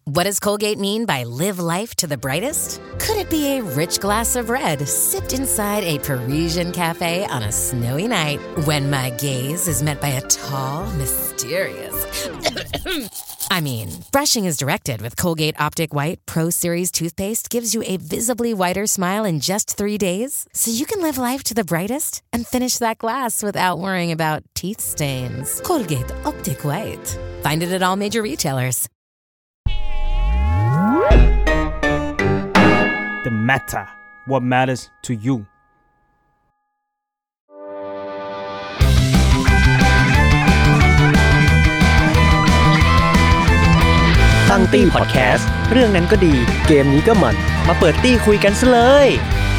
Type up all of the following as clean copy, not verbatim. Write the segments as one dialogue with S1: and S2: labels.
S1: What does Colgate mean by live life to the brightest? Could it be a rich glass of red sipped inside a Parisian cafe on a snowy night when my gaze is met by a tall, mysterious... brushing is directed with Colgate Optic White Pro Series toothpaste gives you a visibly whiter smile in just 3 days, so you can live life to the brightest and finish that glass without worrying about teeth stains. Colgate Optic White. Find it at all major retailers.
S2: The matter. What matters to you?
S3: ตั้งตี้พอดแคสต์เรื่องนั้นก็ดีเกมนี้ก็มันมาเปิดตี้คุยกันซะเลย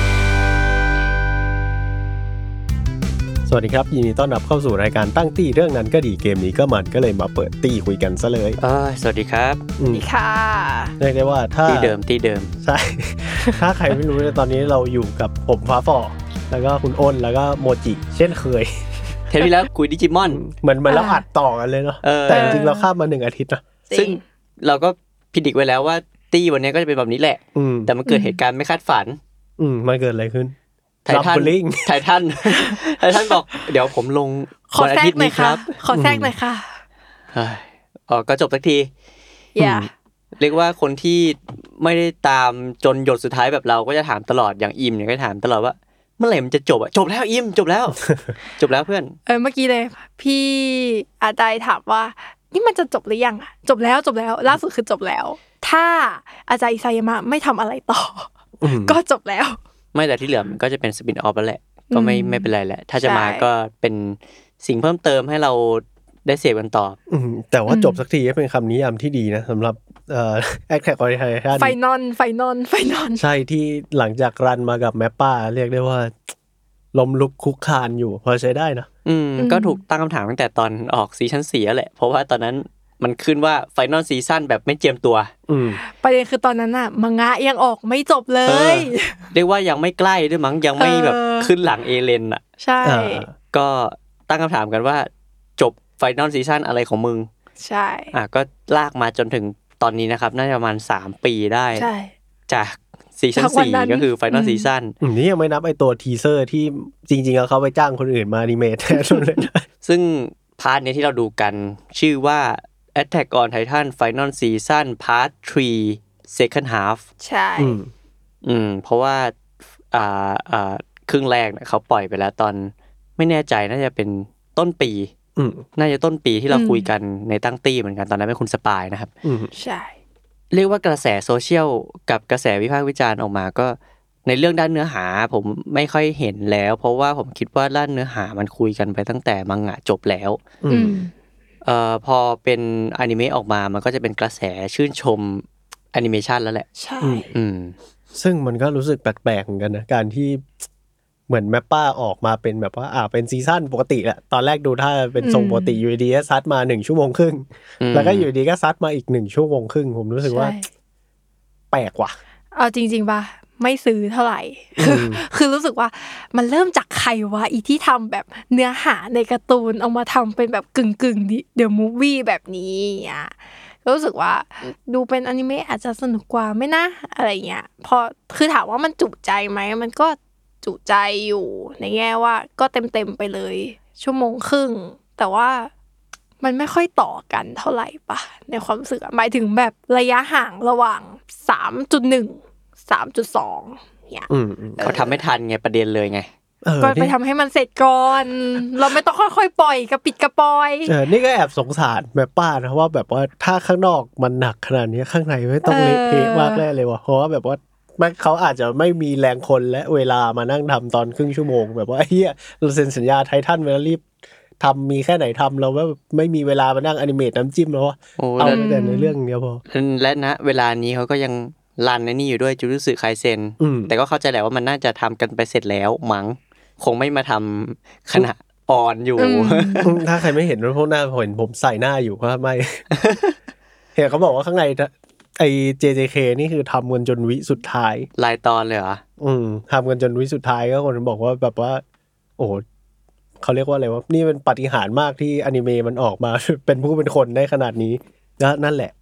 S3: สวัสดีครับยินดีต้อนรับเข้าสู่รายการตั้งตี้เรื่องนั้นก็ดีเกมนี้ก็มันก็เลยมาเปิดตี้คุยกันซะเลย
S4: สวัสดีครับ
S5: สวัสดีค่ะ
S3: เรียกได้ว่าถ้า
S4: ที่เดิม
S3: ใช่ ถ้าใครไม่รู้ตอนนี้เราอยู่กับผมฟ้าฝ่อแล้วก็คุณอ้นแล้วก็โมจิเช่นเคย
S4: เทปที่แล้วคุยดิจิมอน
S3: เหมือนเราอัดต่อกันเลยเนาะแต่จริงๆเราข้ามมา1อาทิตย์นะ
S4: ซึ่งเราก็พิจิตรไว้แล้วว่าตี้วันนี้ก็จะเป็นแบบนี้แหละแต่มันเกิดเหตุการณ์ไม่คาดฝัน
S3: มันเกิดอะไรขึ้น
S4: ไททันบอกเดี๋ยวผมลงวันอาทิตย์นี้ครับ
S5: ขอแทรกหน่อยค่ะ
S4: ก็จบสักทีเรียกว่าคนที่ไม่ได้ตามจนหยดสุดท้ายแบบเราก็จะถามตลอดอย่างอิมเนี่ยก็ถามตลอดว่าเมื่อไหร่มันจะจบจบแล้วอิมจบแล้วเพื่อน
S5: เมื่อกี้เลยพี่อาจารย์ถามว่านี่มันจะจบหรือยังจบแล้วล่าสุดคือจบแล้วถ้าอาจารย์อิซายามะไม่ทำอะไรต่อก็จบแล้ว
S4: ไม่แต่ที่เหลือมันก็จะเป็นสปินออฟแล้วแหละก็ไม่เป็นไรแหละถ้าจะมาก็เป็นสิ่งเพิ่มเติมให้เราได้เสพกันต่อ
S3: แต่ว่าจบสักทีเป็นคำนิยามที่ดีนะสำหรับAttack on Titan
S5: ไฟนอล
S3: ใช่ที่หลังจากรันมากับแมปป้าเรียกได้ว่าล้มลุกคุกคานอยู่พอใช้ได้นะ
S4: ก็ถูกตั้งคำถามตั้งแต่ตอนออกซีซั่น4แหละเพราะว่าตอนนั้นมันขึ้นว่าไฟนอลซีซั่นแบบไม่เจียมตัว
S5: ประเด็นคือตอนนั้นน่ะมังงะยังออกไม่จบเลย
S4: เรียกว่ายังไม่ใกล้ด้วยมั้งยังไม่แบบขึ้นหลังเอเลนอ่ะ
S5: ใช่
S4: ก็ตั้งคำถามกันว่าจบไฟนอลซีซั่นอะไรของมึง
S5: ใช่
S4: ก็ลากมาจนถึงตอนนี้นะครับน่าจะประมาณ3ปีได้
S5: ใช่
S4: จากซีซั่น4ก็คือไฟนอลซีซั่น
S3: นี่ยังไม่นับไอตัวทีเซอร์ที่จริงๆเขาไปจ้างคนอื่นมาอนิเมตแทนเลย
S4: ซึ่งพาร์ทนี้ที่เราดูกันชื่อว่า Attack on Titan Final Season Part 3 Second Half
S5: ใช่
S4: เพราะว่าครึ่งแรกเนี่ยเขาปล่อยไปแล้วตอนไม่แน่ใจน่าจะเป็นต้นปีน่าจะต้นปีที่เราคุยกันในตั้งตี้เหมือนกันตอนนั้นเป็นคุณสปายนะครับ
S5: ใช่
S4: เรียกว่ากระแสโซเชียลกับกระแสวิพากษ์วิจารณ์ออกมาก็ในเรื่องด้านเนื้อหาผมไม่ค่อยเห็นแล้วเพราะว่าผมคิดว่าด้านเนื้อหามันคุยกันไปตั้งแต่มังงะจบแล้วพอเป็นอนิเมะออกมามันก็จะเป็นกระแสชื่นชมแอนิเมชันแล้วแหละ
S5: ใช่
S3: ซึ่งมันก็รู้สึกแปลกๆเหมือนกันนะการที่เหมือนแมปป้าออกมาเป็นแบบว่าเป็นซีซั่นปกติแหละตอนแรกดูถ้าเป็นทรงปกติอยู่ดีก็ซัดมา1ชั่วโมงครึ่งแล้วก็อยู่ดีก็ซัดมาอีก1ชั่วโมงครึ่งผมรู้สึกว่าแปลกว่ะ
S5: เอาจริงๆป่ะไม่ซื้อเท่าไหร่คือรู้สึกว่ามันเริ่มจากใครวะอีที่ทำแบบเนื้อหาในการ์ตูนเอามาทำเป็นแบบกึ่งเดี๋ยวมูฟวี่แบบนี้รู้สึกว่าดูเป็นอนิเมะอาจจะสนุกกว่าไหมนะอะไรเงี้ยพอคือถามว่ามันจุใจไหมมันก็จุใจอยู่ในแง่ว่าก็เต็มไปเลยชั่วโมงครึ่งแต่ว่ามันไม่ค่อยต่อกันเท่าไหร่ป่ะในความรู้สึกหมายถึงแบบระยะห่างระหว่าง 3.1 3.2 เนี่ย
S4: เขาทำไม่ทันไงประเด็นเลยไง
S5: ก็ไปทำให้มันเสร็จก่อนเราไม่ต้องค่อยๆปล่อยกระปิดกระปอย
S3: นี่ก็แอบสงสารแบบป้านะว่าแบบว่าถ้าข้างนอกมันหนักขนาดนี้ข้างในไม่ต้องเละเทะมากแน่เลยว่ะเพราะว่าแบบว่าเขาอาจจะไม่มีแรงคนและเวลามานั่งทำตอนครึ่งชั่วโมงแบบว่าเฮียเราเซ็นสัญญาไททันไว้แล้วรีบทำมีแค่ไหนทำเราว่าไม่มีเวลามานั่งอนิเมตน้ำจิ้มแล้วเอาแต่ในเรื่องเดียวพอ
S4: และณเวลานี้เขาก็ยังรันในนี่อยู่ด้วยจูรุสึไคเซ็นแต่ก็เข้าใจแหละว่ามันน่าจะทำกันไปเสร็จแล้วมั้งคงไม่มาทำขณะอ่อนอยู่
S3: ถ้าใครไม่เห็นพวกหน้าเห็นผมใส่หน้าอยู่เพราะไม่เห็นเขาบอกว่าข้างในไอ้ JJK นี่คือทำกันจนวิสุดท้าย
S4: รายตอนเลยเหรอ
S3: ทำกันจนวิสุดท้ายก็คนบอกว่าแบบว่าโอ้เขาเรียกว่าอะไรวะนี่เป็นปาฏิหาริย์มากที่อนิเมะมันออกมาเป็นผู้เป็นคนได้ขนาดนี้แล้วนั่นแหละ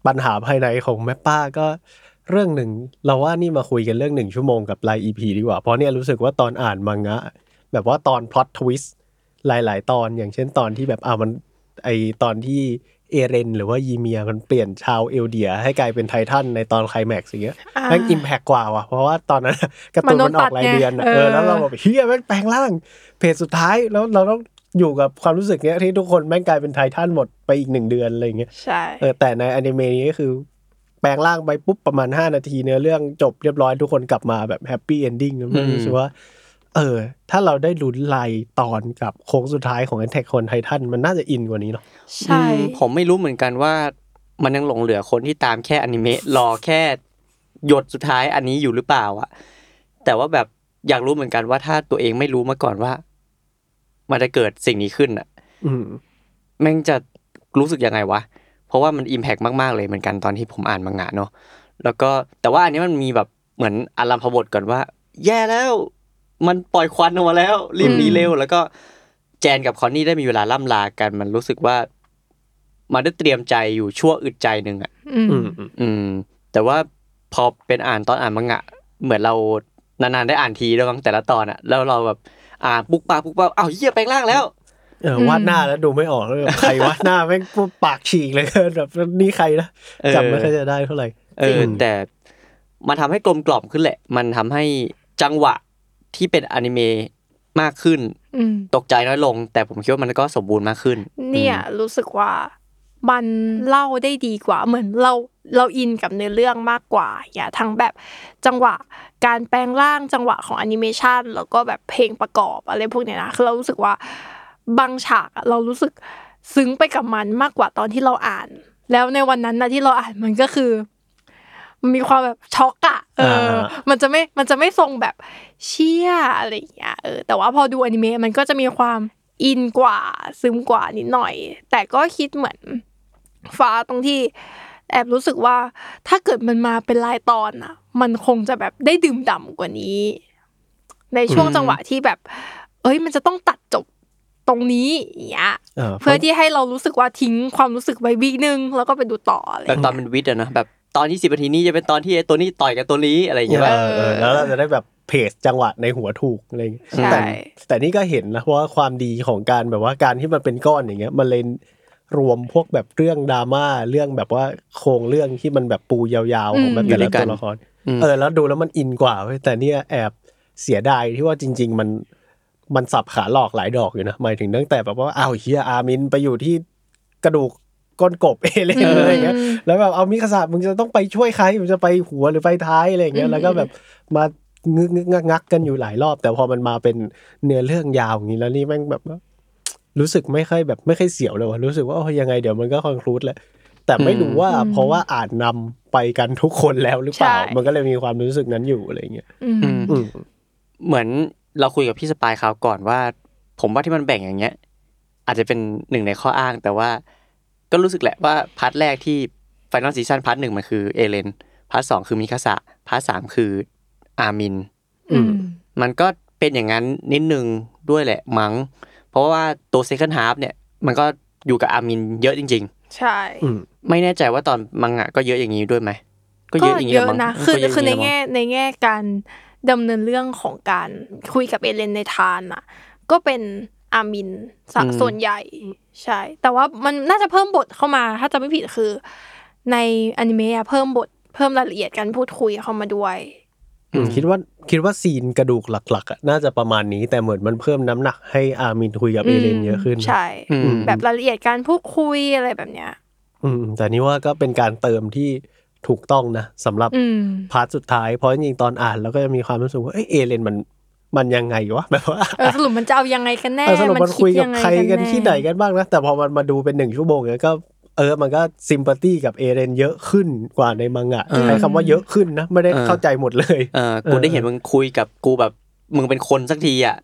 S3: ปัญหาภายในของแมปป้าก็เรื่องหนึ่งเราว่านี่มาคุยกันเรื่อง1ชั่วโมงกับราย EP ดีกว่าเพราะเนี่ยรู้สึกว่าตอนอ่านมังงะแบบว่าตอนพล็อตทวิสต์หลายๆตอนอย่างเช่นตอนที่แบบมันไอตอนที่เอเรนหรือว่ายีเมียมันเปลี่ยนชาวเอลเดียให้กลายเป็นไททันในตอนไคลแม็กซ์อย่างเงี้ยแม่งอิมแพคกว่าว่ะเพราะว่าตอนนั้นการ์ตูนมันออกรายเดือนแล้วเราแบบเฮียแม่งแปลงร่างเพจสุดท้ายแล้วเราต้องอยู่กับความรู้สึกเนี้ยที่ทุกคนแม่งกลายเป็นไททันหมดไปอีก1เดือนอะไรอย่างเงี้ย
S5: ใช่
S3: แต่ในอนิเมะนี้ก็คือแปลงร่างไปปุ๊บประมาณ5นาทีเนื้อเรื่องจบเรียบร้อยทุกคนกลับมาแบบแฮปปี้เอนดิ้งแล้วมันรู้สึกว่าถ้าเราได้ลุ้นรายตอนกับโค้งสุดท้ายของ Attack on Titan มันน่าจะอินกว่านี้เนาะ
S5: ใช่
S4: ผมไม่รู้เหมือนกันว่ามันยังหลงเหลือคนที่ตามแค่อนิเมะรอแค่หยดสุดท้ายอันนี้อยู่หรือเปล่าอ่ะแต่ว่าแบบอยากรู้เหมือนกันว่าถ้าตัวเองไม่รู้มาก่อนว่ามันจะเกิดสิ่งนี้ขึ้นอ่ะแม่งจะรู้สึกยังไงวะเพราะว่ามันอิมแพคมากๆเลยเหมือนกันตอนที่ผมอ่านมังงะเนาะแล้วก็แต่ว่าอันนี้มันมีแบบเหมือนอารัมพบทก่อนว่าแย่แล้วมันปล่อยควันออกมาแล้วรีบหนีเร็วแล้วก็แจนกับคอนนี่ได้มีเวลาล่ำลากันมันรู้สึกว่ามันได้เตรียมใจอยู่ชั่วอึดใจนึงอ่ะแต่ว่าพอเป็นตอนอ่านมังงะเหมือนเรานานๆได้อ่านทีแล้วมั้งแต่ละตอนอ่ะแล้วเราแบบปุ๊กปากอ้าวเหี้ยแปลงร่างแล้ว
S3: วาดหน้าแล้วดูไม่ออกเลยใครวาดหน้าแม่งปากฉีกเลยแบบนี่ใครนะจำไม่ค่อยจะได้เท่าไหร่
S4: แต่มันทำให้กลมกล่อมขึ้นแหละมันทำให้จังหวะที่เป็นอนิเมะมากขึ้นตกใจน้อยลงแต่ผมคิดว่ามันก็สมบูรณ์มากขึ้น
S5: เนี่ยรู้สึกว่ามันเล่าได้ดีกว่าเหมือนเราอินกับเนื้อเรื่องมากกว่าทั้งแบบจังหวะการแปลงร่างจังหวะของแอนิเมชันแล้วก็แบบเพลงประกอบอะไรพวกเนี้ยนะคือเรารู้สึกว่าบางฉากเรารู้สึกซึ้งไปกับมันมากกว่าตอนที่เราอ่านแล้วในวันนั้นนะที่เราอ่านมันก็คือมีความแบบช็อกอ่ะมันจะไม่ทรงแบบเชี่ยอะไรอย่างเงี้ยแต่ว่าพอดูอนิเมะมันก็จะมีความอินกว่าซึมกว่านิดหน่อยแต่ก็คิดเหมือนฟ้าตรงที่แอบรู้สึกว่าถ้าเกิดมันมาเป็นรายตอนอ่ะมันคงจะแบบได้ดื่มด่ำกว่านี้ในช่วงจังหวะที่แบบมันจะต้องตัดจบตรงนี้อย่างเงี้ยเพื่อที่ให้เรารู้สึกว่าทิ้งความรู้สึกไว้วินึงแล้วก็ไปดูต่ออะไร
S4: แบบตอนเป็นวิทย์อะนะแบบตอนที่10นาทีนี้จะเป็นตอนที่ตัวนี้ต่อยกับตัวนี้อะไรอย่างเงี้ย
S3: แล้วเราจะได้แบบเพจจังหวะในหัวถูกอะไรอย่างเงี้ยแต่นี่ก็เห็นนะเพราะว่าความดีของการแบบว่าการที่มันเป็นก้อนอย่างเงี้ยมันเลยรวมพวกแบบเรื่องดราม่าเรื่องแบบว่าโครงเรื่องที่มันแบบปูยาวๆของแบบแต่ละตัวละครแล้วดูแล้วมันอินกว่าเว้ยแต่เนี่ยแอบเสียดายที่ว่าจริงๆมันสับขาหลอกหลายดอกอยู่นะหมายถึงตั้งแต่แบบว่าเฮียอามินไปอยู่ที่กระดูกก้นกบเลยอะไรอย่างเงี้ยแล้วแบบเอามิคาสะมึงจะต้องไปช่วยใครมึงจะไปหัวหรือไปท้ายอะไรอย่างเงี้ยแล้วก็แบบมางึกงักกันอยู่หลายรอบแต่พอมันมาเป็นเนื้อเรื่องยาวอย่างนี้แล้วนี่แม่งแบบรู้สึกไม่ค่อยเสียวเลยว่ะรู้สึกว่ายังไงเดี๋ยวมันก็คอนคลูดแหละแต่ไม่รู้ว่าเพราะว่าอ่านนำไปกันทุกคนแล้วหรือเปล่ามันก็เลยมีความรู้สึกนั้นอยู่อะไรอย่างเงี้ย
S4: เหมือนเราคุยกับพี่สปายคราวก่อนว่าผมว่าที่มันแบ่งอย่างเงี้ยอาจจะเป็นหนึ่งในข้ออ้างแต่ว่าก็รู้สึกแหละว่าพาร์ทแรกที่ Final Season พาร์ท1มันคือเอเลนพาร์ท2คือมิคาสะพาร์ท3คืออามินมันก็เป็นอย่างนั้นนิดนึงด้วยแหละมั้งเพราะว่าตัว Second Half เนี่ยมันก็อยู่กับอามินเยอะจริง
S5: ๆใช่
S4: ไม่แน่ใจว่าตอนมังงะก็เยอะอย่างนี้ด้วยไหมก็เยอะอย่างนี้มั้ง
S5: นะคือในแง่การดำเนินเรื่องของการคุยกับเอเลนในทานน่ะก็เป็นอามินส่วนใหญ่ใช่แต่ว่ามันน่าจะเพิ่มบทเข้ามาถ้าจะไม่ผิดคือในอนิเมะเพิ่มบทเพิ่มรายละเอียดการพูดคุยเข้ามาด้วย
S3: คิดว่าซีนกระดูกหลักๆน่าจะประมาณนี้แต่เหมือนมันเพิ่มน้ำหนักให้อามินคุยกับเอเลนเยอะขึ้น
S5: ใช่แบบรายละเอียดการพูดคุยอะไรแบบเนี้ย
S3: แต่นี่ว่าก็เป็นการเติมที่ถูกต้องนะสำหรับพาร์ทสุดท้ายเพราะจริงๆตอนอ่านแล้วก็จะมีความรู้สึกว่าเอเลนมันยังไงวะแบบว่า
S5: สรุปมันจะเอายังไงกันแน่
S3: สรุปมันคุยกับใครกันที่ไหนกันบ้างนะแต่พอมันมาดูเป็น1ชั่วโมงเนี่ยก็มันก็ซิมพาธีกับเอเรนเยอะขึ้นกว่าในมังงะใช้คำว่าเยอะขึ้นนะไม่ได้เข้าใจหมดเลย
S4: กูได้เห็นมึงคุยกับกูแบบมึงเป็นคนสักทีอ่ะ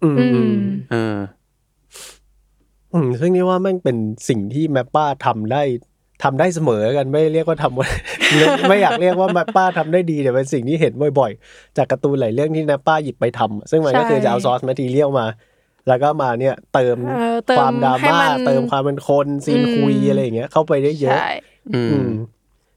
S3: ซึ่งนี่ว่าแม่งเป็นสิ่งที่แมปป้าทำได้เสมอกันไม่เรียกว่าทำ ไม่อยากเรียกว่าแมปป้าทำได้ดีแต่เป็นสิ่งที่เห็นบ่อยๆจากการ์ตูนหลายเรื่องที่แมปป้าหยิบไปทำซึ่งมันก็คือจะเอาซอสแมททีเรียลมาแล้วก็มาเนี่ยเติมความดราม่าเติมความเป็นคนซีนคุยอะไรอย่างเงี้ยเข้าไปได้เยอะ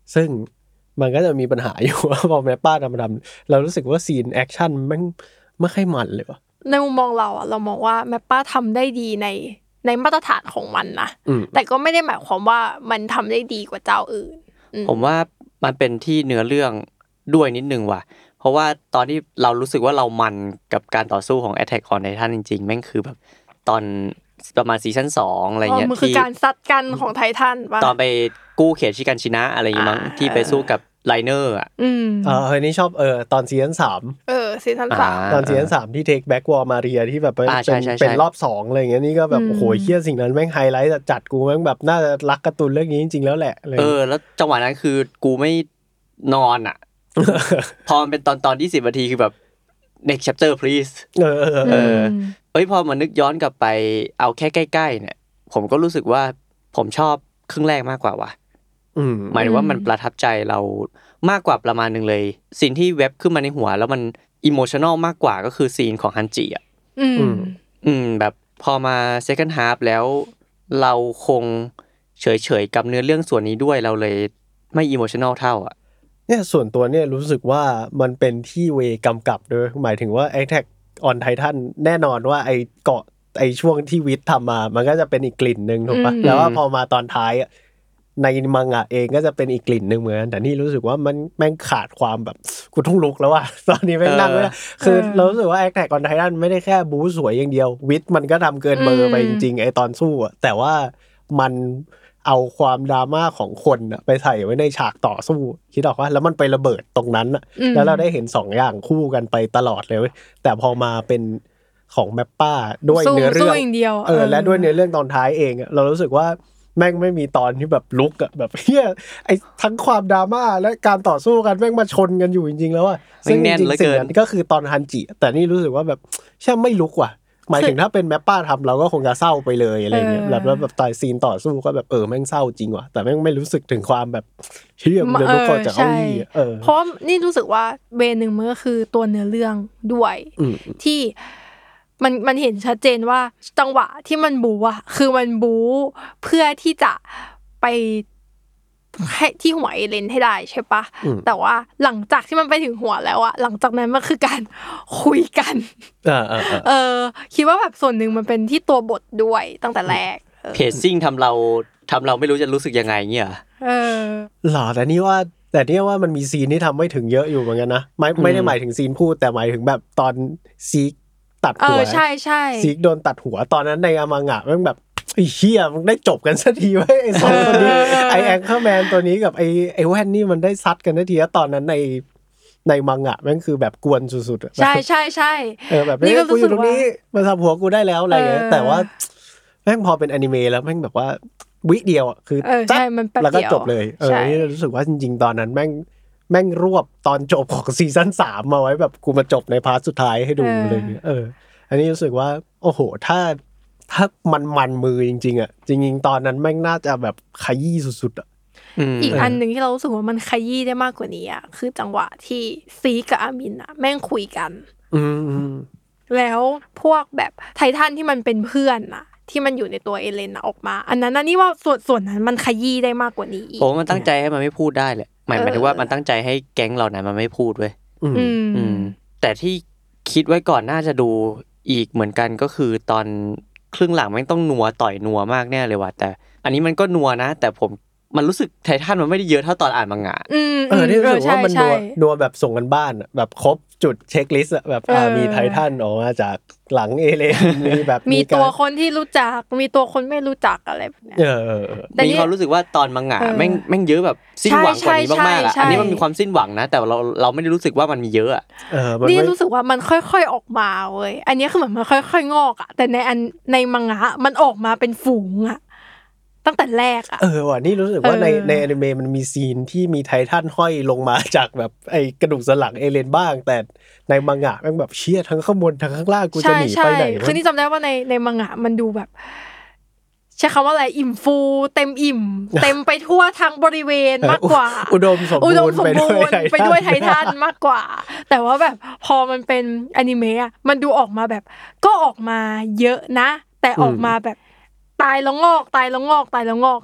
S3: ซึ่งมันก็จะมีปัญหาอยู่ว่าพอแมปป้าดำๆเรารู้สึกว่าซีนแอคชั่นมันไม่ค่อยมันเลยว่ะ
S5: ในมุมมองเราเรามองว่าแมปป้าทำได้ดีในมาตรฐานของมันนะแต่ก็ไม่ได้หมายความว่ามันทำได้ดีกว่าเจ้าอื่น
S4: ผมว่ามันเป็นที่เนื้อเรื่องด้วยนิดนึงว่ะเพราะว่าตอนที่เรารู้สึกว่าเรามันกับการต่อสู้ของ Attack on Titan จริงๆแม่งคือแบบตอนประมาณซีซั่น2อะไรเงี้ย
S5: ที่คือการซัดกันของไททัน
S4: ตอนไปกู้เขตชิกันชินะอะไรอย่างงี้มั้งที่ไปสู้กับไลเนอร์อ่ะ
S3: อันนี้ชอบตอนซีซั่น3
S5: ซีซั่น3
S3: ตอนซีซั่น3ที่เทคแบ็กวอร์มาเรียที่แบบเป็นรอบ2อะไรอย่างเงี้ยนี่ก็แบบโอ้โหเหี้ยสิ่งนั้นแม่งไฮไลท์จัดกูแม่งแบบน่าจะรักการ์ตูนเรื่องนี้จริงๆแล้วแหละ
S4: แล้วจังหวะนั้นคือกูไม่นอนอ่ะพอมันเป็นตอน20นาทีคือแบบ next chapter please พอมานึกย้อนกลับไปเอาแค่ใกล้ๆเนี่ยผมก็รู้สึกว่าผมชอบครึ่งแรกมากกว่าว่ะหมายถึงว่ามันประทับใจเรามากกว่าประมาณนึงเลยซีนที่เว็บขึ้นมาในหัวแล้วมันอิโมชันนอลมากกว่าก็คือซีนของฮันจิอ่ะแบบพอมา second half แล้วเราคงเฉยๆกับเนื้อเรื่องส่วนนี้ด้วยเราเลยไม่อิโมชันนอลเท่าอ่ะ
S3: เนี่ยส่วนตัวเนี่ยรู้สึกว่ามันเป็นที่เวกำกับด้วยหมายถึงว่า Attack on Titan แน่นอนว่าไอเกาะไอช่วงที่วิททำมามันก็จะเป็นอีกกลิ่นนึงถูกปะแล้วว่าพอมาตอนท้ายในมังงะเองก็จะเป็นอีกกลิ่นนึงเหมือนแต่นี่รู้สึกว่ามันแม่งขาดความแบบกูต้องลุกแล้วว่ะตอนนี้แม่งนั่งไม่ได้คือเรารู้สึกว่า Attack on Titan ไม่ได้แค่บู๊สวยอย่างเดียววิทมันก็ทำเกินเบอร์ไปจริงๆไอตอนสู้แต่ว่ามันเอาความดราม่าของคนไปใส่ไว้ในฉากต่อสู้คิดออกว่าแล้วมันไประเบิดตรงนั้นแล้วเราได้เห็น2อย่างคู่กันไปตลอดเลยแต่พอมาเป็นของแมปป้าด้วยเนื้อเรื่องและด้วยเนื้อเรื่องตอนท้ายเองเรารู้สึกว่าแม่งไม่มีตอนที่แบบลุกแบบเหี้ยไอ้ทั้งความดราม่าและการต่อสู้กันแม่งมาชนกันอยู่จริงๆแล้วซึ่งจริงๆสิ่งนั้นก็คือตอนฮันจิแต่นี่รู้สึกว่าแบบใช่ไม่ลุกว่ะหมายถึงถ้าเป็นแมปป้าทำเราก็คงจะเศร้าไปเลยอะไรเงี้ยแบบตายซีนต่อสู้ก็แบบแม่งเศร้าจริงว่ะแต่แม่งไม่รู้สึกถึงความแบบเฮี้ยมันลุกก็จะเอาอี
S5: เพราะนี่รู้สึกว่าเบนนึงมันก็คือตัวเนื้อเรื่องด้วยที่มันเห็นชัดเจนว่าจังหวะที่มันบู๊อ่ะคือมันบู๊เพื่อที่จะไปให้ที่หัวเอเลนให้ได้ใช่ปะแต่ว่าหลังจากที่มันไปถึงหัวแล้วอะหลังจากนั้นมันคือการคุยกันคิดว่าแบบส่วนหนึ่งมันเป็นที่ตัวบทด้วยตั้งแต่แรก
S4: เพจซิ่งทำเราไม่รู้จะรู้สึกยังไงเงี้ย
S3: หรอแต่นี่ว่ามันมีซีนที่ทำไม่ถึงเยอะอยู่เหมือนกันนะไม่ได้หมายถึงซีนพูดแต่หมายถึงแบบตอนซีกตัดหัว
S5: ใช่
S3: ซีกโดนตัดหัวตอนนั้นในอมังงะมันแบบไอ้เหี้ยมึงได้จบกันสักทีไว้ไอ้2ตัวนี้ไอ้แองเกอร์แมนตัวนี้กับไอ้แว่นนี่มันได้ซัดกันสักทีแล้วตอนนั้นในมังงะมันคือแบบกวนสุดๆ
S5: ใช่
S3: ๆแบบนี่กูอยู่ตรงนี้มาทำหัวกูได้แล้วอะไรอย่างเงี้ยแต่ว่าแม่งพอเป็นอนิเมะแล้วแม่งแบบว่าวิเดียวอ่ะคือ
S5: ใช่มัน
S3: แล้วก็จบเลยนี่รู้สึกว่าจริงๆตอนนั้นแม่งรวบตอนจบของซีซั่น3มาไว้แบบกูมาจบในพาร์ทสุดท้ายให้ดูเลยอันนี้รู้สึกว่าโอ้โหถ้ามันมือจริงๆอ่ะจริงๆตอนนั้นแม่งน่าจะแบบขยี้สุดๆอ่ะ
S5: อีกอันนึงที่เรารู้สึกว่ามันขยี้ได้มากกว่านี้อ่ะคือจังหวะที่ซีกับอามินอ่ะแม่งคุยกันแล้วพวกแบบไททันที่มันเป็นเพื่อนอ่ะที่มันอยู่ในตัวเอเลนออกมาอันนั้นนี่ว่าส่วนนั้นมันขยี้ได้มากกว่านี้
S4: ผมมันตั้งใจให้มันไม่พูดได้แหละหมายถึงว่ามันตั้งใจให้แก๊งเหล่านั้นมันไม่พูดเว้ยแต่ที่คิดไว้ก่อนน่าจะดูอีกเหมือนกันก็คือตอนครึ่งหลังมันต้องนัวต่อยนัวมากแน่เลยว่ะแต่อันนี้มันก็นัวนะแต่มันรู้สึกไททันมันไม่ได้เยอะเท่าตอนอ่านมังงะ
S3: ที่รู้สึกว่ามันนัวแบบส่งกันบ้านแบบครบจุดเช็คลิสต์แบบมีไททันออกมาจากหลังเอเลนมีแบบ
S5: มีตัวคนที่รู้จักมีตัวคนไม่รู้จักอะไรแบบนี้
S4: มีความรู้สึกว่าตอนมังงะแม่งเยอะแบบสิ้นหวังกว่านี้มากๆอ่ะอันนี้มันมีความสิ้นหวังนะแต่เราไม่ได้รู้สึกว่ามันมีเยอะอ่ะ
S5: นี่รู้สึกว่ามันค่อยๆออกมาเว้ยอันนี้คือเหมือนมันค่อยๆงอกอ่ะแต่ในมังงะมันออกมาเป็นฝูงอ่ะตั้งแต่แรกอ่ะ
S3: ว่ะนี่รู้สึกว่าในอนิเมะมันมีซีนที่มีไททันห้อยลงมาจากแบบไอ้กระดูกสันหลังเอเลนบ้างแต่ในมังงะมันแบบเชี่ยทั้งข้างบนทั้งข้างล่างกูจะหนีไปไหน
S5: คือนี่จำได้ว่าในมังงะมันดูแบบใช้คำว่าอะไรอิ่มฟูเต็มอิ่มเต็มไปทั่วทั้งบริเวณมากกว่า
S3: อุดมสมบูรณ์
S5: ไปด้วยไททันมากกว่าแต่ว่าแบบพอมันเป็นอนิเมะอ่ะมันดูออกมาแบบก็ออกมาเยอะนะแต่ออกมาแบบตายแล้วงอกตายแล้วงอกตายแล้วงอกอ่ะ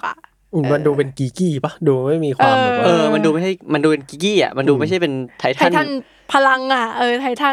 S3: มันดูเป็นกีกี้ปะดูไม่มีความแบบว่า
S4: มันดูไม่ใช่มันดูเป็นกิกกี้อ่ะมันดูไม่ใช่เป็นไททัน
S5: พลังอ่ะไททัน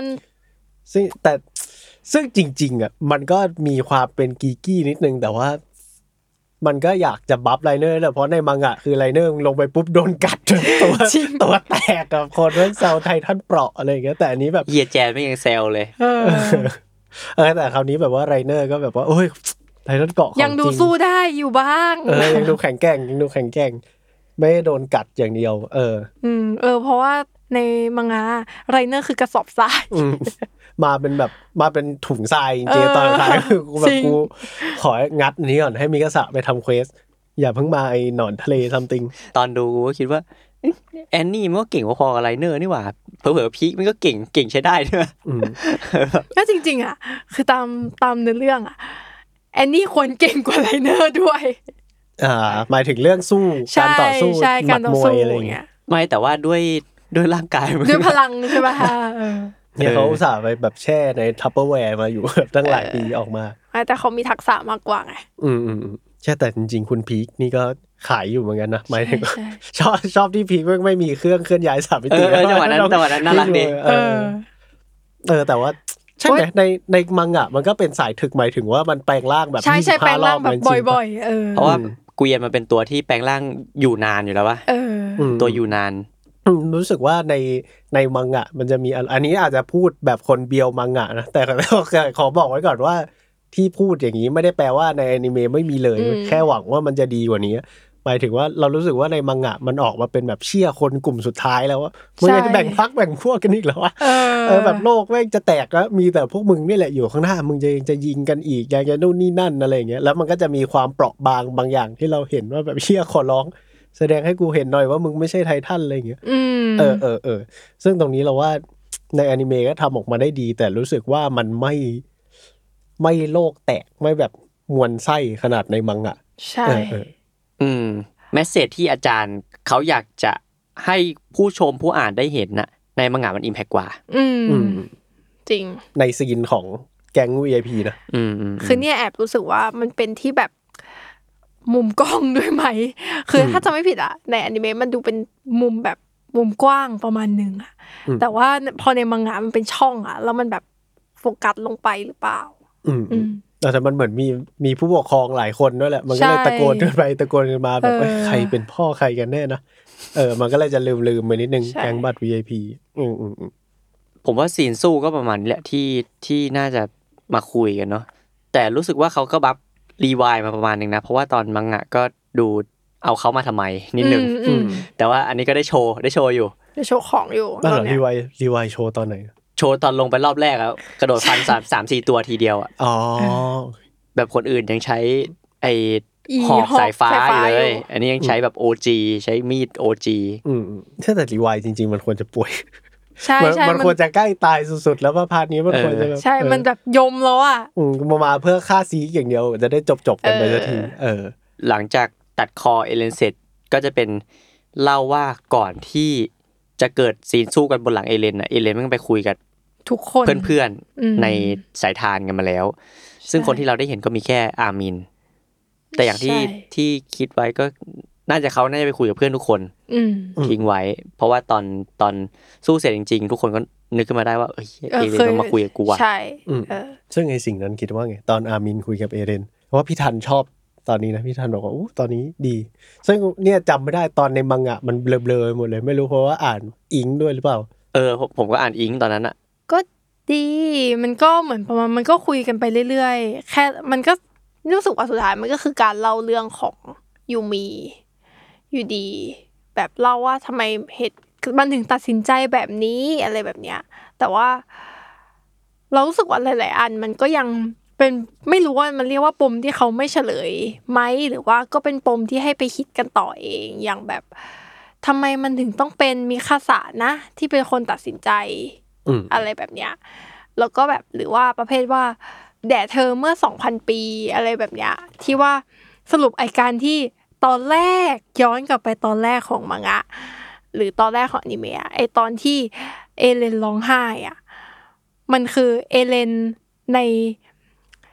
S3: ซึ่งจริงๆอ่ะมันก็มีความเป็นกีกี้นิดนึงแต่ว่ามันก็อยากจะบัฟไลเนอร์แหละเพราะในมังงะคือไลเนอร์ลงไปปุ๊บโดนกัดตัวแตกกับคนนั้นเซลไททันเปราะอะไรอย่างเงี้ยแต่อันนี้แบบ
S4: เฮียแจนไม่ยังเซลเลย
S3: แต่คราวนี้แบบว่าไลเนอร์ก็แบบว่าโอ้ยไททันเกาะ
S5: ยังดูสู้ได้อยู่บ้าง
S3: ยังดูแข็งแกร่งไม่โดนกัดอย่างเดียว
S5: เพราะว่าในมังงะไลเนอร์คือกระสอบทราย
S3: มาเป็นถุงทรายจริงๆตอนท้ายคือกูแบบกูของัดนี้ก่อนให้มิกาสะไปทำเควสอย่าเพิ่งมาไอ้หนอนทะเลซัมติง
S4: ตอนดูกูก็คิดว่าแอนนี่มันก็เก่งพอๆกับไลเนอร์นี่หว่าเผลอๆพีคมันก็เก่งใช้ได้ด้วย
S5: ก็จริงๆอ่ะคือตามเนื้อเรื่องอ่ะแอนนี่ควรเก่งกว่าไลเนอร์ด้วย
S3: หมายถึงเรื่องสู้การต่อสู้หมัดมวยอะไรเงี้ย
S4: ไม่แต่ว่าด้วยร่างกาย
S5: ด้วยพลังใช่ป่ะ
S3: เนี่ยเขาอุตส่าห์ไปแบบแช่ในทัพเปอร์แวร์มาอยู่ตั้งหลายปีออกมา
S5: แต่เขามีทักษะมากกว่าไง
S3: ใช่แต่จริงๆคุณพีคนี่ก็ขายอยู่เหมือนกันนะหมายถึงชอบที่พีคไม่มีเครื่องเคลื่อนย้าย3มิติ
S4: จังหวะนั้นน่ารักดี
S3: แต่ว่าใช่ไหมในมังงะมันก็เป็นสายถึกหมายถึงว่ามันแปลงร่างแบบ
S5: ใช่แปลงร่างแบบบ่อย
S4: ๆเพราะว่าเกวียนมันเป็นตัวที่แปลงร่างอยู่นานอยู่แล้ววะตัวอยู่นาน
S3: รู้สึกว่าในมังงะมันจะมีอันนี้อาจจะพูดแบบคนเบียวมังงะนะแต่ขอบอกไว้ก่อนว่าที่พูดอย่างนี้ไม่ได้แปลว่าในอนิเมะไม่มีเลยแค่หวังว่ามันจะดีกว่านี้หมายถึงว่าเรารู้สึกว่าในมังงะมันออกมาเป็นแบบเชี่ยคนกลุ่มสุดท้ายแล้วว่ามึงจะแบ่งพรรคแบ่งพวกกันอีกแล้ววะแบบโลกแม่งจะแตกแล้วมีแต่พวกมึงนี่แหละอยู่ข้างหน้ามึงจะยิงกันอีกอย่างจะนู่นนี่นั่นอะไรอย่างเงี้ยแล้วมันก็จะมีความเปราะบางบางอย่างที่เราเห็นว่าแบบเชี่ยขอร้องแสดงให้กูเห็นหน่อยว่ามึงไม่ใช่ไททันอะไรอย่างเงี้ยซึ่งตรงนี้เราว่าในอนิเมะก็ทำออกมาได้ดีแต่รู้สึกว่ามันไม่โลกแตกไม่แบบมวลไส้ขนาดในมังงะ
S5: ใช่
S4: แมสเสจที่อาจารย์เขาอยากจะให้ผู้ชมผู้อ่านได้เห็นน่ะในมังงะมันอิมแพคกว่า
S5: จริง
S3: ในซีนของแก๊ง VIP นะ
S5: คือเนี่ยแอบรู้สึกว่ามันเป็นที่แบบมุมกล้องด้วยไหมคือถ้าจะไม่ผิดอ่ะในอนิเมะมันดูเป็นมุมแบบมุมกว้างประมาณนึงอ่ะแต่ว่าพอในมังงะมันเป็นช่องอ่ะแล้วมันแบบโฟกัสลงไปหรือเปล่า
S3: แต่มันเหมือนมีผู้ปกครองหลายคนด้วยแหละมันก็เลยตะโกนกันไปตะโกนกันมาแบบใครเป็นพ่อใครกันแน่นะมันก็เลยจะลืมไปนิดนึงแก๊งบัตร VIP
S4: ผมว่าซีนสู้ก็ประมาณนี้แหละที่น่าจะมาคุยกันเนาะแต่รู้สึกว่าเขาก็บัฟรีวายมาประมาณนึงนะเพราะว่าตอนมังงะก็ดูเอาเขามาทำไมนิดนึงแต่ว่าอันนี้ก็ได้โชว์อยู่
S5: ได้โชว์ของอยู่
S3: รีวายโชว์ตอนไหน
S4: โชว์ตอนลงไปรอบแรกแล้วกระโดดฟัน 3-4 ตัวทีเดียวอ่ะแบบคนอื่นยังใช้ไอ้หอกสายฟ้าอยู่เลยอันนี้ยังใช้แบบ OG ใช้มีด OG
S3: แต่รีวายจริงๆมันควรจะป่วย
S5: ใช่ๆ
S3: มันควรจะใกล้ตายสุดๆแล้วว่าพาร์ทนี้มันควรจะ
S5: ใช่มันแบบยมแล้วอ่ะ
S3: มาเพื่อฆ่าซีอย่างเดียวจะได้จบกันไปสักที
S4: หลังจากตัดคอเอเลนเสร็จก็จะเป็นเล่าว่าก่อนที่จะเกิดซีนสู้กันบนหลังเอเลนน่ะเอเลนมันไปคุยกับ
S5: ทุกคน
S4: เพื่อนๆในสายทานกันมาแล้วซึ่งคนที่เราได้เห็นก็มีแค่อามินแต่อย่างที่คิดไว้ก็น่าจะเขาน่าจะไปคุยกับเพื่อนทุกคนทิ้งไว้เพราะว่าตอนสู้เสร็จจริงๆทุกคนก็นึกขึ้นมาได้ว่าเอเลนมันมาคุยกับกูว่ะ
S5: ใช่
S3: ซึ่งไอ้สิ่งนั้นคิดว่าไงตอนอามินคุยกับเอเลนเพราะว่าพี่ทันชอบตอนนี้นะพี่ทันบอกว่าตอนนี้ดีซึ่งเนี่ยจำไม่ได้ตอนในมังงะมันเบลอๆหมดเลยไม่รู้เพราะว่าอ่านอิงด้วยหรือเปล่า
S4: ผมก็อ่านอิงตอนนั้นอะ
S5: ก็ดีมันก็เหมือนประมาณมันก็คุยกันไปเรื่อยๆแค่มันก็รู้สึกว่าสุดท้ายมันก็คือการเล่าเรื่องของยูมีอยู่ดีแบบเล่าว่าทำไมเหตุมันถึงตัดสินใจแบบนี้อะไรแบบเนี้ยแต่ว่าเรารู้สึกว่าหลายๆอันมันก็ยังเป็นไม่รู้ว่ามันเรียกว่าปมที่เขาไม่เฉลยไหมหรือว่าก็เป็นปมที่ให้ไปคิดกันต่อเองอย่างแบบทำไมมันถึงต้องเป็นมิคาสะนะที่เป็นคนตัดสินใจอะไรแบบเนี้ยแล้วก็แบบหรือว่าประเภทว่าแด่เธอเมื่อ 2,000 ปีอะไรแบบเนี้ยที่ว่าสรุปไอการที่ตอนแรกย้อนกลับไปตอนแรกของมังงะหรือตอนแรกของอนิเมะไอตอนที่เอเลนร้องไห้อ่ะมันคือเอเลน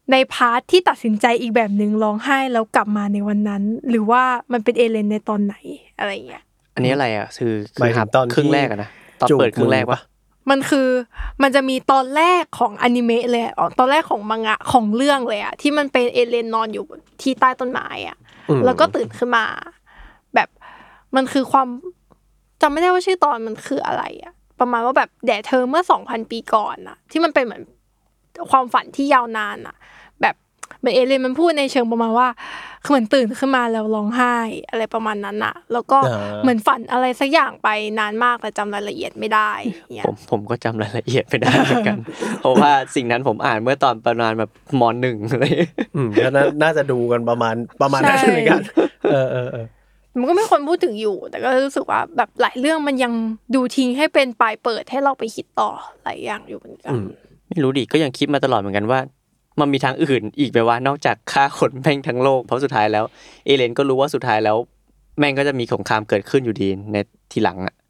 S5: ในพาร์ทที่ตัดสินใจอีกแบบนึงร้องไห้แล้วกลับมาในวันนั้นหรือว่ามันเป็นเอเลนในตอนไหนอะไรเงี้ย
S4: อันนี้อะไรอ่ะคือ
S3: ตอน
S4: ครึ่งแรกนะตอนเปิดครึ่งแรกปะ
S5: มันจะมีตอนแรกของอนิเมะเลยตอนแรกของมังงะของเรื่องเลยอ่ะที่มันเป็นเอเลนนอนอยู่ที่ใต้ต้นไม้อ่ะแล้วก็ตื่นขึ้นมาแบบมันคือความจำไม่ได้ว่าชื่อตอนมันคืออะไรอ่ะประมาณว่าแบบแด่เธอเมื่อ 2,000 ปีก่อนน่ะที่มันเป็นเหมือนความฝันที่ยาวนานอ่ะแบบเหมือนเอเลนมันพูดในเชิงประมาณว่าเหมือนตื่นขึ้นมาแล้วร้องไห้อะไรประมาณนั้นน่ะแล้วก็เหมือนฝันอะไรสักอย่างไปนานมากแต่จำรายละเอียดไม่ได้เนี่ย
S4: ผมก็จำรายละเอียดไม่ได้เหมือนกันเพราะว่าสิ่งนั้นผมอ่านเมื่อตอนประมาณแบบม.1 อะไร
S3: แล้วน่าจะดูกันประมาณนั้นเหมือนกัน
S5: มันก็ไม่คนพูดถึงอยู่แต่ก็รู้สึกว่าแบบหลายเรื่องมันยังดูทิ้งให้เป็นปลายเปิดให้เราไปคิดต่อหลายอย่างอยู่เหมือนกัน
S4: ไม่รู้ดิก็ยังคิดมาตลอดเหมือนกันว่ามันมีทางอื่นอีกไหมว่านอกจากฆ่าคนแม่งทั้งโลกเพราะสุดท้ายแล้วเอเลนก็รู้ว่าสุดท้ายแล้วแม่งก็จะมีสงครามเกิดขึ้นอยู่ดีในทีหลังอ่ะ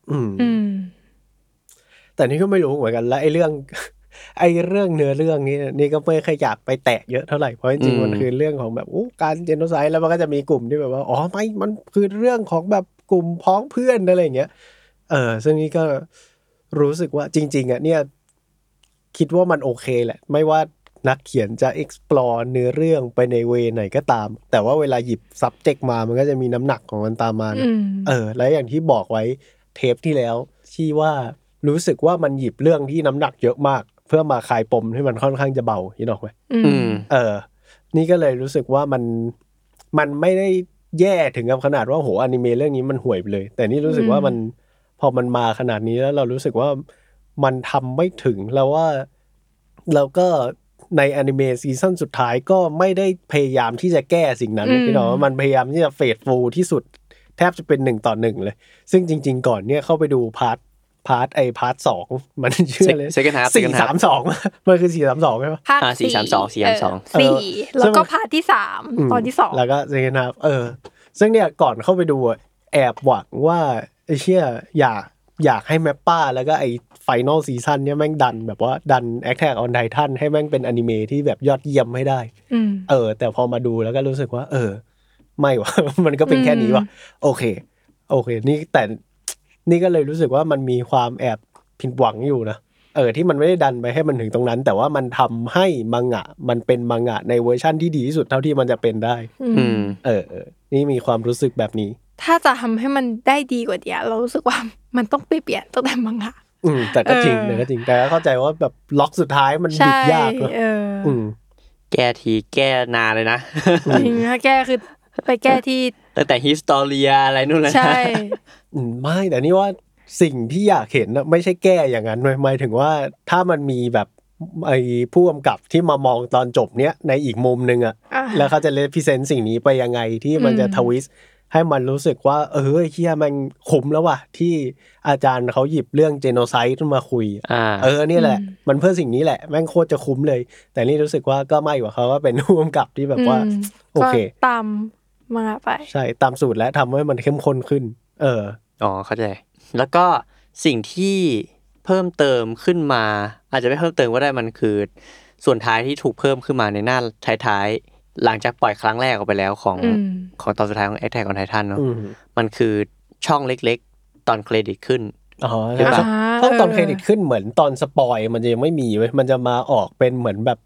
S3: แต่นี่ก็ไม่รู้เหมือนกันและไอ้เรื่องเนื้อเรื่องนี่ก็ไม่เคยอยากไปแตะเยอะเท่าไหร่เพราะจริงๆมันคือเรื่องของแบบการเจโนไซด์แล้วมันก็จะมีกลุ่มที่แบบว่าไม่มันคือเรื่องของแบบกลุ่มพ้องเพื่อนอะไรอย่างเงี้ยซึ่งนี่ก็รู้สึกว่าจริงๆอ่ะเนี่ยคิดว่ามันโอเคแหละไม่ว่านักเขียนจะ explore เนื้อเรื่องไปในเวไหนก็ตามแต่ว่าเวลาหยิบ subject มามันก็จะมีน้ำหนักของมันตามมาแล้วอย่างที่บอกไว้เทปที่แล้วที่ว่ารู้สึกว่ามันหยิบเรื่องที่น้ำหนักเยอะมากเพื่อมาคลายปมให้มันค่อนข้างจะเบานี่หรอกไหมนี่ก็เลยรู้สึกว่ามันไม่ได้แย่ถึงกับขนาดว่าโหอนิเมะเรื่องนี้มันห่วยไปเลยแต่นี่รู้สึกว่ามันพอมันมาขนาดนี้แล้วเรารู้สึกว่ามันทำไม่ถึงแล้วว่าเราก็ในอนิเมะซีซั่นสุดท้ายก็ไม่ได้พยายามที่จะแก้สิ่งนั้นพี่น้องมันพยายามที่จะเฟดฟูลที่สุดแทบจะเป็น1:1เลยซึ่งจริงๆก่อนเนี่ยเข้าไปดูพาร์ท2มันชื่อเลย432มันคือ432ใช่ป่ะ
S5: 432แล้วก็พาร์ทที่3ตอนที่2
S3: แล้วก็เซคันด์ฮาล์ฟซึ่งเนี่ยก่อนเข้าไปดูแอบหวังว่าไอ้เชี่ยอยากให้แมปป้าแล้วก็ไอ้ไฟนอลซีซั่นเนี่ยแม่งดันแบบว่าดัน Attack on Titan ให้แม่งเป็นอนิเมะที่แบบยอดเยี่ยมให้ได้แต่พอมาดูแล้วก็รู้สึกว่าไม่ว่ะ มันก็เป็นแค่นี้ว่ะโอเคนี่แต่นี่ก็เลยรู้สึกว่ามันมีความแอบผิดหวังอยู่นะที่มันไม่ได้ดันไปให้มันถึงตรงนั้นแต่ว่ามันทำให้มังงะมันเป็นมังงะในเวอร์ชั่นที่ดีที่สุดเท่าที่มันจะเป็นได้นี่มีความรู้สึกแบบนี้
S5: ถ้าจะทำให้มันได้ดีกว่านี้เรารู้สึกว่ามันต้องเปลี่ยนตั้งแต่มังงะ
S3: แต่ก็จริงแต่ก็เข้าใจว่าแบบล็อกสุดท้ายมันบิดยากนะ
S4: แก้ทีแก้นานเลยนะ
S5: จริงถ้าแก้คือไปแก้ที่
S4: ตั้งแต่ฮิสตอเรียอะไรนู่นเลย
S5: ใช่
S3: ไม่แต่นี่ว่าสิ่งที่อยากเห็นไม่ใช่แก้อย่างนั้นหมายถึงว่าถ้ามันมีแบบไอ้ผู้กำกับที่มามองตอนจบเนี้ยในอีกมุมนึงอ่ะแล้วเขาจะเลพิเซนต์สิ่งนี้ไปยังไงที่มันจะทวิสต์ให้มันรู้สึกว่าเฮียมันคุ้มแล้วว่ะที่อาจารย์เขาหยิบเรื่องเจโนไซด์มาคุยนี่แหละมันเพื่อสิ่งนี้แหละแม่งโคตรจะคุ้มเลยแต่นี่รู้สึกว่าก็ไม่ว่าเขาว่าเป็นผู้กำกับที่แบบว่าโอเค
S5: ตามมาไป
S3: ใช่ตามสูตรและทำให้มันเข้มข้นขึ้น
S4: เข้าใจแล้วก็สิ่งที่เพิ่มเติมขึ้นมาอาจจะไม่เพิ่มเติมก็ได้มันคือส่วนท้ายที่ถูกเพิ่มขึ้นมาในหน้าท้ายๆหลังจากปล่อยครั้งแรกออกไปแล้วของตอนสุดท้ายของ Attack on Titan เนาะมันคือช่องเล็กๆตอนเครดิตขึ้น
S3: ใช่ป่ะช่องตอนเครดิตขึ้นเหมือนตอนสปอยมันจะยังไม่มีเว้ยมันจะมาออกเป็นเหมือนแบบ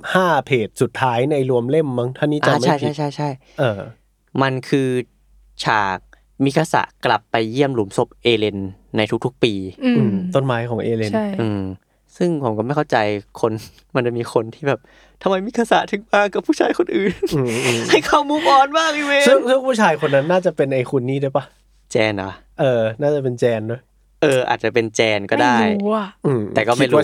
S3: 5เพจสุดท้ายในรวมเล่มมั้งถ้านี้จำไม่ผิด
S4: ใช่มันคือฉากมิคาสะกลับไปเยี่ยมหลุมศพเอเลนในทุกๆปี
S3: ต้นไม้ของเอเลน
S4: ซึ่งผมก็ไม่เข้าใจคนมันจะมีคนที่แบบทำไมมิคาสะถึงมากับผู้ชายคนอื่นให้เขามูฟออนบ้างอีเวน
S3: ซึ่งผู้ชายคนนั้นน่าจะเป็นไอ้คุณนี่ด้วยปะ
S4: แจนเหรอ
S3: น่าจะเป็นแจนด้วย
S4: อาจจะเป็นแจนก็ได้แต่ก็ไม่รู้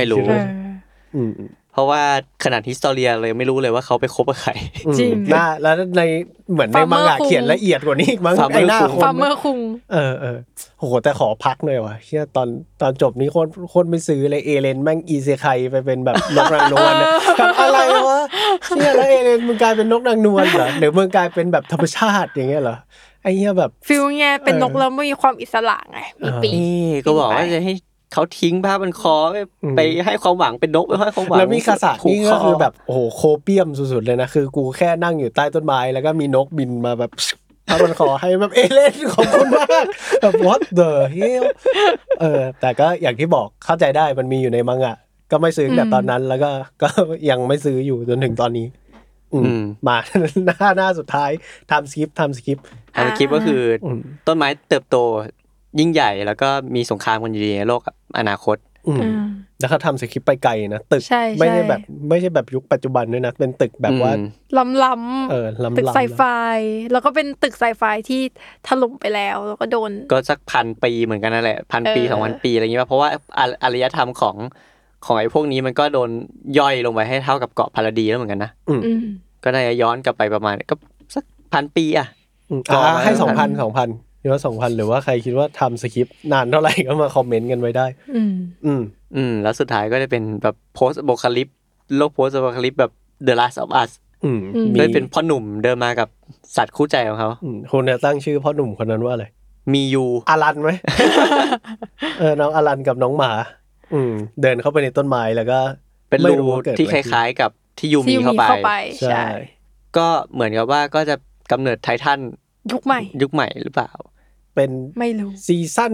S4: เพราะว่าขนาดฮิสตอเรียเลยไม่รู้เลยว่าเขาไปคบกับใคร
S5: จริง
S3: แล้วในเหมือนในมังงะเขียนละเอียดกว่านี้มั้งไอ้หน้าคน
S5: ฟาร์เมอร์คุง
S3: โหแต่ขอพักหน่อยว่ะเชี่ยตอนจบนี้คนไม่ซื้อเลยเอเลนแม่งอีเซไคไปเป็นแบบนกนางนวลอะไรวะเชี่ยแล้วเอเลนมึงกลายเป็นนกนางนวลเหรอหรือมึงกลายเป็นแบบธรรมชาติอย่างเงี้ยเหรอไอ้เหี้ยแบบ
S5: ฟีลไงเป็นนกแล้วมีความอิสระไงมีปีก
S4: ก็บอกว่าจะให้เขาทิ้งผ้าพันคอไปให้ความหวังเป็นนกไปให้ความหวัง
S3: แล้วมีคาสะนี่ก็คือแบบโอ้โหโคเปียมสุดๆเลยนะคือกูแค่นั่งอยู่ใต้ต้นไม้แล้วก็มีนกบินมาแบบผ้าพันคอให้แบบเล่นขอบคุณมากแบบ what the hell แต่ก็อย่างที่บอกเข้าใจได้มันมีอยู่ในมังงะก็ไม่ซื้อแต่ตอนนั้นแล้วก็ยังไม่ซื้ออยู่จนถึงตอนนี้มาหน้าสุดท้ายทำสคริปต์
S4: ก็คือต้นไม้เติบโตยิ่งใหญ่แล้วก็มีสงครามกันอยู่ในโลกอนาคต
S3: แล้วเขาทำสคริปต์ไปไกลนะตึกไม่ใช่แบบยุคปัจจุบันด้วยนะเป็นตึกแบบว่า
S5: ล้ำตึกไซไฟแล้วก็เป็นตึกไซไฟที่ถล่มไปแล้วก็โดน
S4: ก็สัก1,000 ปีเหมือนกันนั่นแหละ1,000 ปี 2,000 ปีอะไรอย่างเงี้ยเพราะว่าอารยธรรมของไอ้พวกนี้มันก็โดนย่อยลงไปให้เท่ากับเกาะพาราดีแล้วเหมือนกันนะก็น่าจะย้อนกลับไปประมาณก็สัก1,000 ปี
S3: ให้ 2,000คิดว่า 2,000 หรือว่าใครคิดว่าทำสคริปต์นานเท่าไหร่ก็มาคอมเมนต์กันไว้ได้
S4: แล้วสุดท้ายก็จะเป็นแบบโพสต์โบคาลิปโลกโพสต์โบคาลิปแบบ The Last of Us โดยเป็นพ่อหนุ่มเดินมากับสัตว์คู่ใจของเขา
S3: คนเนี่ยตั้งชื่อพ่อหนุ่มคนนั้นว่าอะไร
S4: มียู
S3: อารันไหม น้องอารันกับน้องหมาเดินเข้าไปในต้นไม้แล้วก็
S4: เป็นรูที่คล้ายๆกับที่ยูมีเข้าไป
S5: ใช่
S4: ก็เหมือนกับว่าก็จะกำเนิดไททัน
S5: ยุคให
S4: ม่หรือเปล่า
S3: เป็น
S5: ไม่รู้
S3: ซีซั่น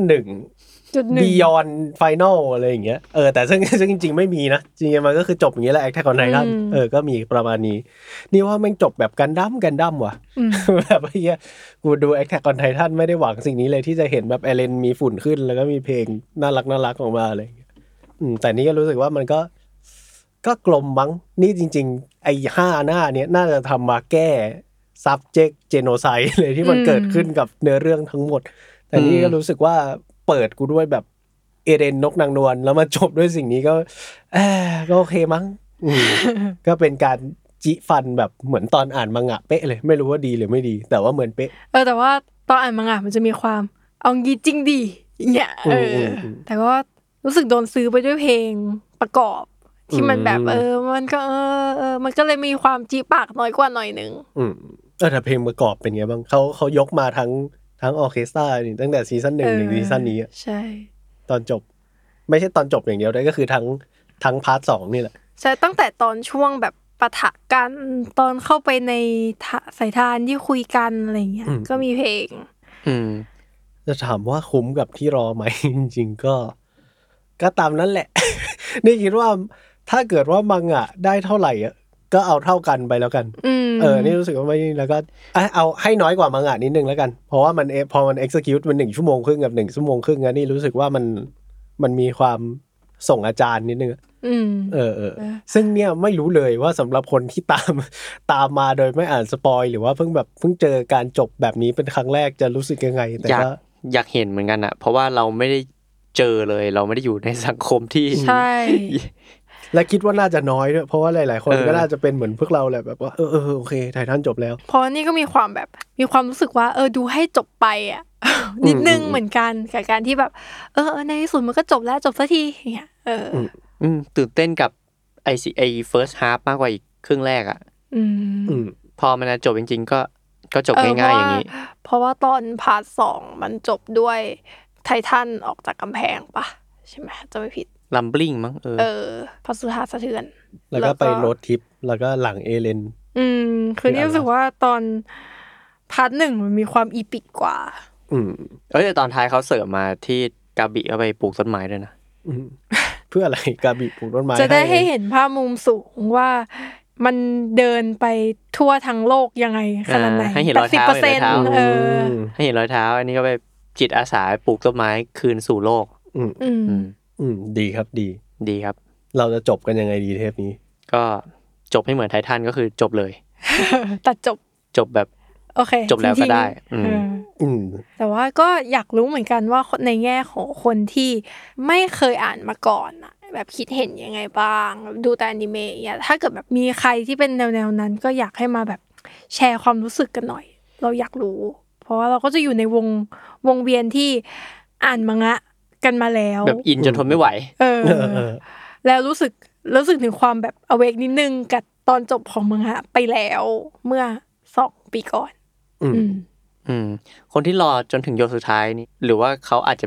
S3: 1 Beyond Final อะไรอย่างเงี้ยแต่ซึ่งจริงๆไม่มีนะจริงๆมันก็คือจบอย่างเงี้ยแหละ Attack on Titan ก็มีประมาณนี้นี่ว่ามันจบแบบกันดั้มว่ะแบบเหี้ยกูดู Attack on Titan ไม่ได้หวังสิ่งนี้เลยที่จะเห็นแบบเอเลนมีฝุ่นขึ้นแล้วก็มีเพลงน่ารักออกมาอะไรอย่างเงี้ยแต่นี่ก็รู้สึกว่ามันก็กลมมั้งนี่จริงๆไอ้5หน้าเนี้ยน่าจะทำมาแก้ subject genocide เลยที่มันเกิดขึ้นกับเนื้อเรื่องทั้งหมดแต่นี่ก็รู้สึกว่าเปิดกูด้วยแบบเอเรนนกนางนวลแล้วมาจบด้วยสิ่งนี้ก็โอเคมั้งก็เป็นการจิฟันแบบเหมือนตอนอ่านมังงะเป๊ะเลยไม่รู้ว่าดีหรือไม่ดีแต่ว่าเหมือนเป๊ะ
S5: แต่ว่าตอนอ่านมังงะมันจะมีความเอางี้จริงดีอย่างเงี้ยแต่ก็รู้สึกโดนซื้อไปด้วยเพลงประกอบที่มันแบบมันก็มันก็เลยมีความจีปากน้อยกว่าหน่อยนึง
S3: แต่เพลงประกอบเป็นไงบ้างเขายกมาทั้งออร์เคสตรานี่ตั้งแต่ซีซั่น1ถึงซีซั่นนี้
S5: ใช่
S3: ตอนจบไม่ใช่ตอนจบอย่างเดียวได้ก็คือทั้งพาร์ท2นี่แหละ
S5: ใช่ตั้งแต่ตอนช่วงแบบปะทะกันตอนเข้าไปในสายทานที่คุยกันอะไรเงี้ยก็มีเพลง
S3: จะถามว่าคุ้มกับที่รอไหมจริงๆก็ตามนั้นแหละ นี่คิดว่าถ้าเกิดว่ามังงะได้เท่าไหร่ก็เอาเท่ากันไปแล้วกันนี่รู้สึกว่าไม่แล้วก็เอาให้น้อยกว่ามังงะนิดนึงแล้วกันเพราะว่ามันพอมัน execute มัน1 ชั่วโมงครึ่งกับ1 ชั่วโมงครึ่งนี่รู้สึกว่ามันมีความส่งอาจารย์นิดนึงซึ่งเนี่ยไม่รู้เลยว่าสำหรับคนที่ตามมาโดยไม่อ่านสปอยหรือว่าเพิ่งเจอการจบแบบนี้เป็นครั้งแรกจะรู้สึกยังไงแต่ก็
S4: อยากเห็นเหมือนกันเพราะว่าเราไม่ได้เจอเลยเราไม่ได้อยู่ในสังคมที่
S5: ใช่
S3: และคิดว่าน่าจะน้อยด้วยเพราะว่าหลายๆคนก็น่าจะเป็นเหมือนพวกเราแหละแบบว่าโอเคไททันจบแล้ว
S5: เพราะนี่ก็มีความรู้สึกว่าดูให้จบไปนิดนึงเหมือนกันกับการที่แบบในที่สุดมันก็จบแล้วจบสักทีอย่างเงี้ย
S4: ตื่นเต้นกับไอ้ first half มากกว่าอีกครึ่งแรกพอมันจบจริงๆก็จบง่ายๆอย่างนี้
S5: เพราะว่าตอนพาร์ท2มันจบด้วยไททันออกจากกำแพงปะใช่ไหมจะไม่ผิด
S4: ลัมบลิงมั้ง
S5: พอสุธาสะเทือน
S3: แล้วก็ไปโรดทริปแล้วก็หลังเอเลน
S5: คือนี่รู้สึกว่าตอนพาร์ท1มันมีความอีปิกกว่า
S4: แต่ตอนท้ายเขาเสริมมาที่กาบิเอาไปปลูกต้นไม้ด้วยนะ
S3: เพื่ออะไรกาบิปลูกต้นไม้
S5: จะได้ให้เห็นภาพมุมสูงว่ามันเดินไปทั่วทั้งโลกยังไงขนาดไหน
S4: ให้เห็นรอยเท้าให้เห็นรอยเท้าอันนี้ก็ไปจิตอาสาปลูกต้นไม้คืนสู่โลก
S3: ดีครับ
S4: ดีครับ
S3: เราจะจบกันยังไงดีเทปนี้
S4: ก็จบให้เหมือนไททันก็คือจบเลย
S5: ตัด
S4: จบแบบ
S5: โอเค
S4: จบแล้วก็ได้
S5: แต่ว่าก็อยากรู้เหมือนกันว่าในแง่ของคนที่ไม่เคยอ่านมาก่อนแบบคิดเห็นยังไงบ้างดูแต่อนิเมะถ้าเกิดแบบมีใครที่เป็นแนวนั้นก็อยากให้มาแบบแชร์ความรู้สึกกันหน่อยเราอยากรู้เพราะว่าเราก็จะอยู่ในวงเวียนที่อ่านมังงะกันมาแล้ว
S4: แบบอินจนทนไม่ไหว
S5: แล้วรู้สึกถึงความแบบอเวกนิดนึงกับตอนจบของมังงะไปแล้วเมื่อ2 ปีก่อน
S4: คนที่รอจนถึงโยสุดท้ายนี่หรือว่าเขาอาจจะแบบ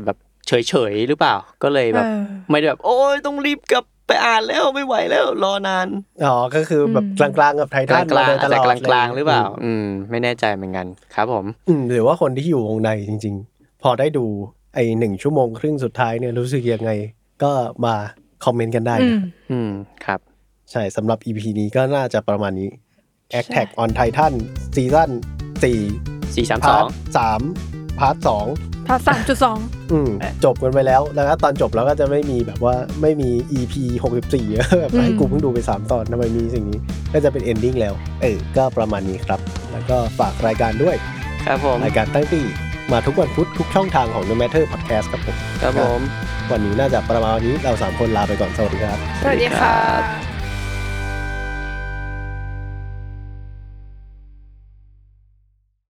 S4: เฉยๆหรือเปล่าก็เลยแบบไม่ได้แบบโอ้ยต้องรีบกลับไปอ่านแล้วไม่ไหวแล้วรอนาน
S3: ก็คือแบบกลางๆกับไททันมาเลยตลอด
S4: กลางๆหรือเปล่าไม่แน่ใจเหมือนกันครับผม
S3: หรือว่าคนที่อยู่วงในจริงๆพอได้ดูไอ้1 ชั่วโมงครึ่งสุดท้ายเนี่ยรู้สึกยังไงก็มาคอมเมนต์กันได้
S4: นะครับ
S3: ใช่สำหรับ EP นี้ก็น่าจะประมาณนี้ Attack on Titan ซีซั่น4 พาร์ท 3 พาร์ท 2
S5: พาร์ท 3.2
S3: จบกันไปแล้วตอนจบแล้วก็จะไม่มีแบบว่าไม่มี EP 64แบบให้กูเพิ่งดูไป3 ตอนทำไมมีสิ่งนี้ก็จะเป็น ending แล้วก็ประมาณนี้ครับแล้วก็ฝากรายการด้วย
S4: ครับผม
S3: รายการตั้งตี้มาทุกวันพุธทุกช่องทางของ The Matter Podcast ครับผม
S4: ครับผม
S3: วันนี้น่าจะประมาณนี้เรา3 คนลาไปก่อนสวัสดีครับ
S5: สวัสดีค่ะ